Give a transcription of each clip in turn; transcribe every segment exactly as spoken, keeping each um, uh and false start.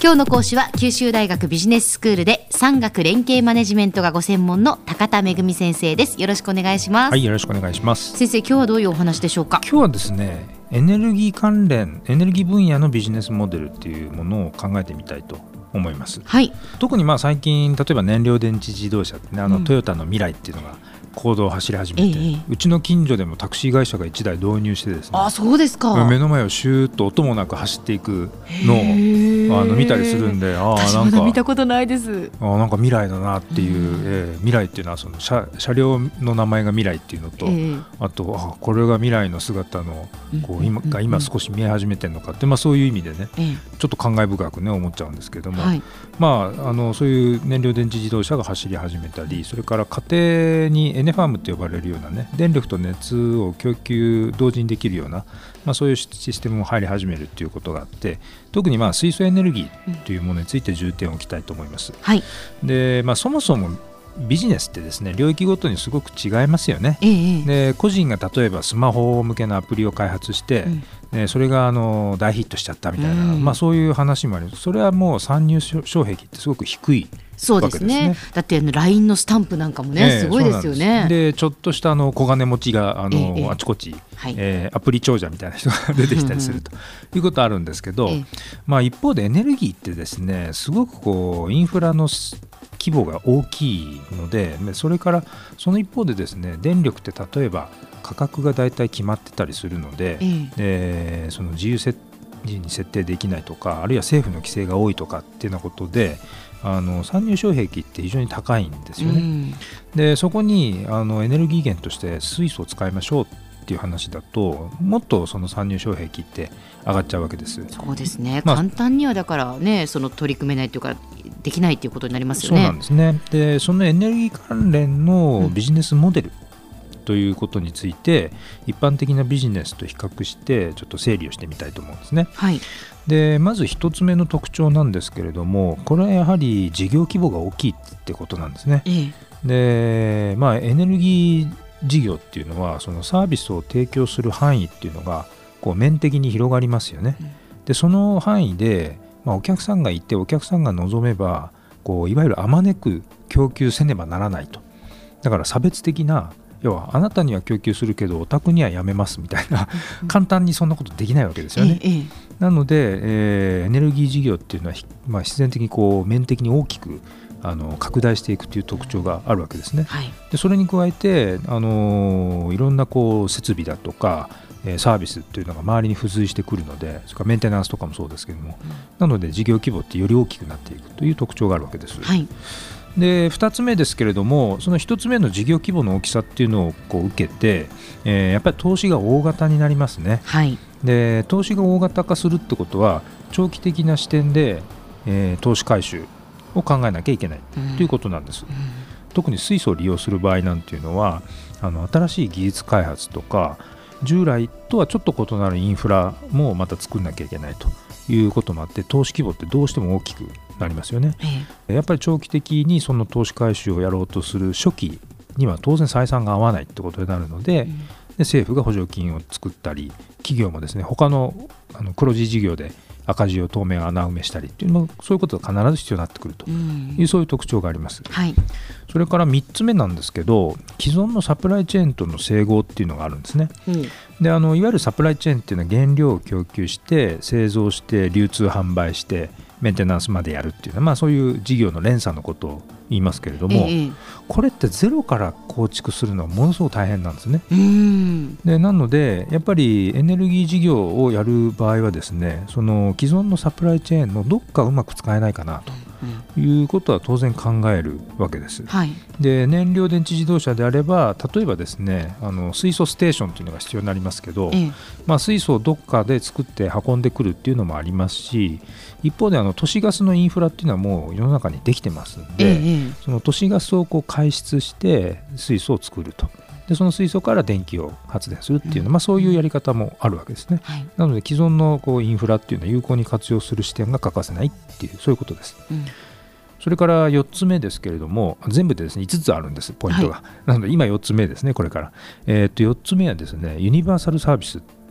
今日の講師は九州大学ビジネススクールで産学連携マネジメントがご専門の高田恵先生です。よろしくお願いします。 はい、よろしくお願いします。 先生、今日はどういうお話でしょうか？ 今日はですね、エネルギー関連エネルギー分野のビジネスモデルっていうものを考えてみたいと思います。 はい、 特にまあ最近例えば燃料電池自動車ってね、あのうんトヨタの未来っていうのが公道を走り始めて、 ええ、 うちの近所でもタクシー会社がいちだい導入してですね、 あ、そうですか。 目の前をシューッと音もなく走っていくのをあの見たりするんで、あ私まなんかだ見たことないです。 あなんか未来だなっていう、 うんえー未来っていうのはその 車, 車両の名前が未来っていうのと、 ええあとあこれが未来の姿のこう今うんが今少し見え始めてるのかって、まあ、そういう意味でねええちょっと感慨深くね思っちゃうんですけども、 はい、 まあ、あのそういう燃料電池自動車が走り始めたり、それから家庭にエネファームと呼ばれるようなね、電力と熱を供給同時にできるような、まあ、そういうシステムも入り始めるということがあって、特にまあ水素エネルギーというものについて重点を置きたいと思います。 はい、 で、まあ、そもそもビジネスってですね、領域ごとにすごく違いますよね。 ええで個人が例えばスマホ向けのアプリを開発して、 うんでそれがあの大ヒットしちゃったみたいな、 うんまあ、そういう話もあります。それはもう参入障壁ってすごく低いそうですね。 わけですね。 だってあの ライン のスタンプなんかもね、 ええすごいですよね。 そうなんです。でちょっとしたあの小金持ちがあの、 ええあちこち、 はいえーアプリ長者みたいな人が出てきたりするということあるんですけど、 ええまあ、一方でエネルギーってですね、すごくこうインフラの規模が大きいので、それからその一方でですね、電力って例えば価格がだいたい決まってたりするので、 ええーその自由設自由に設定できないとか、あるいは政府の規制が多いとかっていうようなことで、あの参入障壁って非常に高いんですよね。 うんでそこにあのエネルギー源として水素を使いましょうっていう話だと、もっとその参入障壁って上がっちゃうわけです。 そうですね、 まあ簡単にはだからね、その取り組めないというかできないということになりますよそうね。 なんですね。でそのエネルギー関連のビジネスモデルということについて、一般的なビジネスと比較してちょっと整理をしてみたいと思うんですね。 はい、 でまず一つ目の特徴なんですけれども、これはやはり事業規模が大きいってことなんですね。 ええで、まあ、エネルギー事業っていうのはそのサービスを提供する範囲っていうのがこう面的に広がりますよね。 うんでその範囲で、まあ、お客さんがいてお客さんが望めばこういわゆるあまねく供給せねばならないと。だから差別的な、要はあなたには供給するけどお宅にはやめますみたいな、 うん簡単にそんなことできないわけですよね。 えええなので、えーエネルギー事業っていうのは、まあ、必然的にこう面的に大きくあの拡大していくという特徴があるわけですね。 はい、 でそれに加えて、あのーいろんなこう設備だとか、えーサービスっていうのが周りに付随してくるので、それからメンテナンスとかもそうですけども、 うんなので事業規模ってより大きくなっていくという特徴があるわけです。 はい、 でふたつめですけれども、そのひとつめの事業規模の大きさっていうのをこう受けて、えーやっぱり投資が大型になりますね。 はい、 で投資が大型化するってことは長期的な視点で、えー投資回収を考えなきゃいけないうんということなんです。 うん特に水素を利用する場合なんていうのは、あの新しい技術開発とか従来とはちょっと異なるインフラもまた作んなきゃいけないということもあって、投資規模ってどうしても大きくなりますよね。 えやっぱり長期的にその投資回収をやろうとする初期には当然採算が合わないってことになるので、 えうんで政府が補助金を作ったり、企業もですね他のあの黒字事業で赤字を当面穴埋めしたりっていうのも、そういうことが必ず必要になってくるとうんいう、そういう特徴があります。 はい、 それからみっつめなんですけど、既存のサプライチェーンとの整合っていうのがあるんですね。 うんであのいわゆるサプライチェーンっていうのは原料を供給して製造して流通販売してメンテナンスまでやるっていうのは、まあ、そういう事業の連鎖のことを言いますけれども、 ええこれってゼロから構築するのはものすごく大変なんですね。 うんでなのでやっぱりエネルギー事業をやる場合はですね、その既存のサプライチェーンのどっかうまく使えないかなうんということは当然考えるわけです。 はい、 で燃料電池自動車であれば、例えばですね、あの水素ステーションというのが必要になりますけど、 ええまあ、水素をどっかで作って運んでくるっていうのもありますし、一方であの都市ガスのインフラっていうのはもう世の中にできてますんで、 ええその都市ガスをこう排出して水素を作ると。でその水素から電気を発電するっていうの、まあ、そういうやり方もあるわけですね。 はい、 なので既存のこうインフラっていうのは有効に活用する視点が欠かせないっていう、そういうことです。 うんそれからよっつめですけれども、全部でですねいつつあるんです、ポイントが。なので今よっつめですね、これから。えー、とよっつめはですね、ユニバーサルサービスっ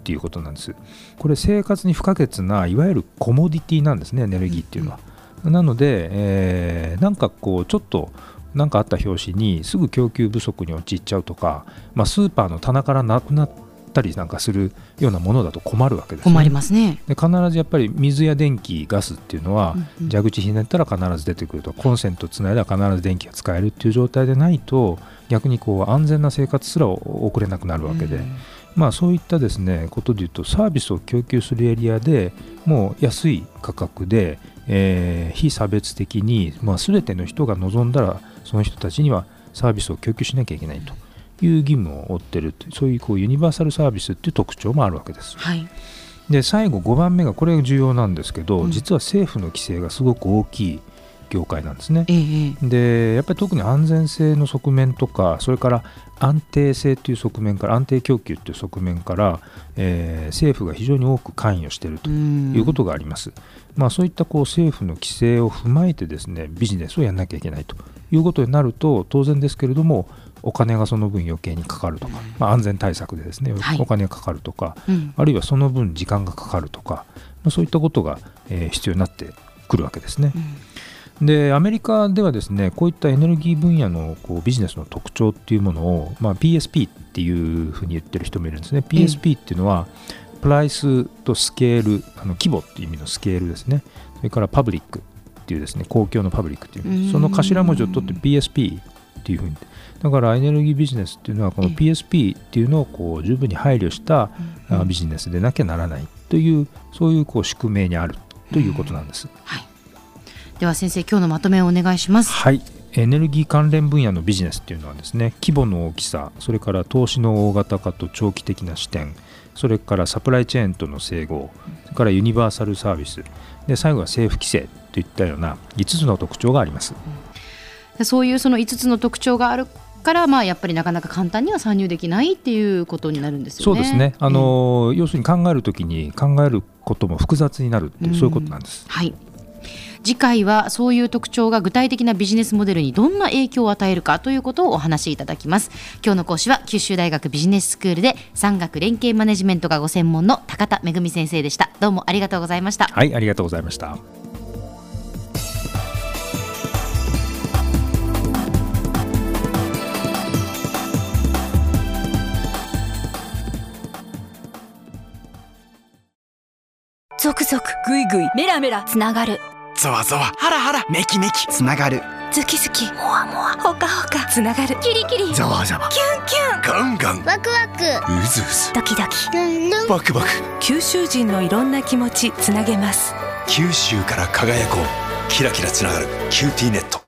っていうことなんです。これ生活に不可欠ないわゆるコモディティなんですね、エネルギーっていうのは、うん、なので、えー、なんかこうちょっとなんかあった拍子にすぐ供給不足に陥っちゃうとか、まあ、スーパーの棚からなくなったりなんかするようなものだと困るわけです、ね、 困りますね。 で必ずやっぱり水や電気ガスっていうのは、うんうん、蛇口ひねったら必ず出てくると、コンセントつないだら必ず電気が使えるっていう状態でないと逆にこう安全な生活すら送れなくなるわけで、うん、まあ、そういったですねことでいうとサービスを供給するエリアでもう安い価格で、えー、非差別的に、まあ、全ての人が望んだらその人たちにはサービスを供給しなきゃいけないという義務を負っている、そういう、こうユニバーサルサービスという特徴もあるわけです、はい、で最後ごばんめがこれが重要なんですけど、うん、実は政府の規制がすごく大きい業界なんですね、ええ、でやっぱり特に安全性の側面とか、それから安定性という側面から、安定供給という側面から、えー、政府が非常に多く関与しているということがあります。まあ、そういったこう政府の規制を踏まえてですねビジネスをやらなきゃいけないということになると、当然ですけれどもお金がその分余計にかかるとか、まあ、安全対策でですね、はい、お金がかかるとか、うん、あるいはその分時間がかかるとか、まあ、そういったことが、えー、必要になってくるわけですね、うん、でアメリカではですねこういったエネルギー分野のこうビジネスの特徴っていうものを、まあ、ピーエスピー っていうふうに言ってる人もいるんですね。 ピーエスピー っていうのは、うん、プライスとスケール、あの規模っていう意味のスケールですね。それからパブリックっていうですね、公共のパブリックっていう、その頭文字を取って ピーエスピー っていうふうに、だからエネルギービジネスっていうのはこの ピーエスピー っていうのをこう十分に配慮したビジネスでなきゃならないという、そういうこう宿命にあるということなんです、はい、 では先生、今日のまとめをお願いします。 はい、エネルギー関連分野のビジネスっていうのはですね、規模の大きさ、それから投資の大型化と長期的な視点、それからサプライチェーンとの整合、それからユニバーサルサービスで、最後は政府規制といったようないつつの特徴があります、 うん、そういうそのいつつの特徴があるから、まあ、やっぱりなかなか簡単には参入できないっていうことになるんですよね。 そうですね、あの、うん、要するに考えるときに考えることも複雑になるっていう、うん、そういうことなんです、 はい。次回はそういう特徴が具体的なビジネスモデルにどんな影響を与えるかということをお話しいただきます。今日の講師は九州大学ビジネススクールで産学連携マネジメントがご専門の高田恵先生でした。どうもありがとうございました。 はい、ありがとうございました。 ゾクゾクグイグイメラメラつながる、 ゾワゾワハラハラメキメキつながる、 ズキズキモワモワホカホカつながる、キリキリザワザワキュンキュンガンガンワクワクウズウズドキドキルンルンバクバク、 九州人のいろんな気持ちつなげます。 九州から輝こう、キラキラつながるキューティーネット。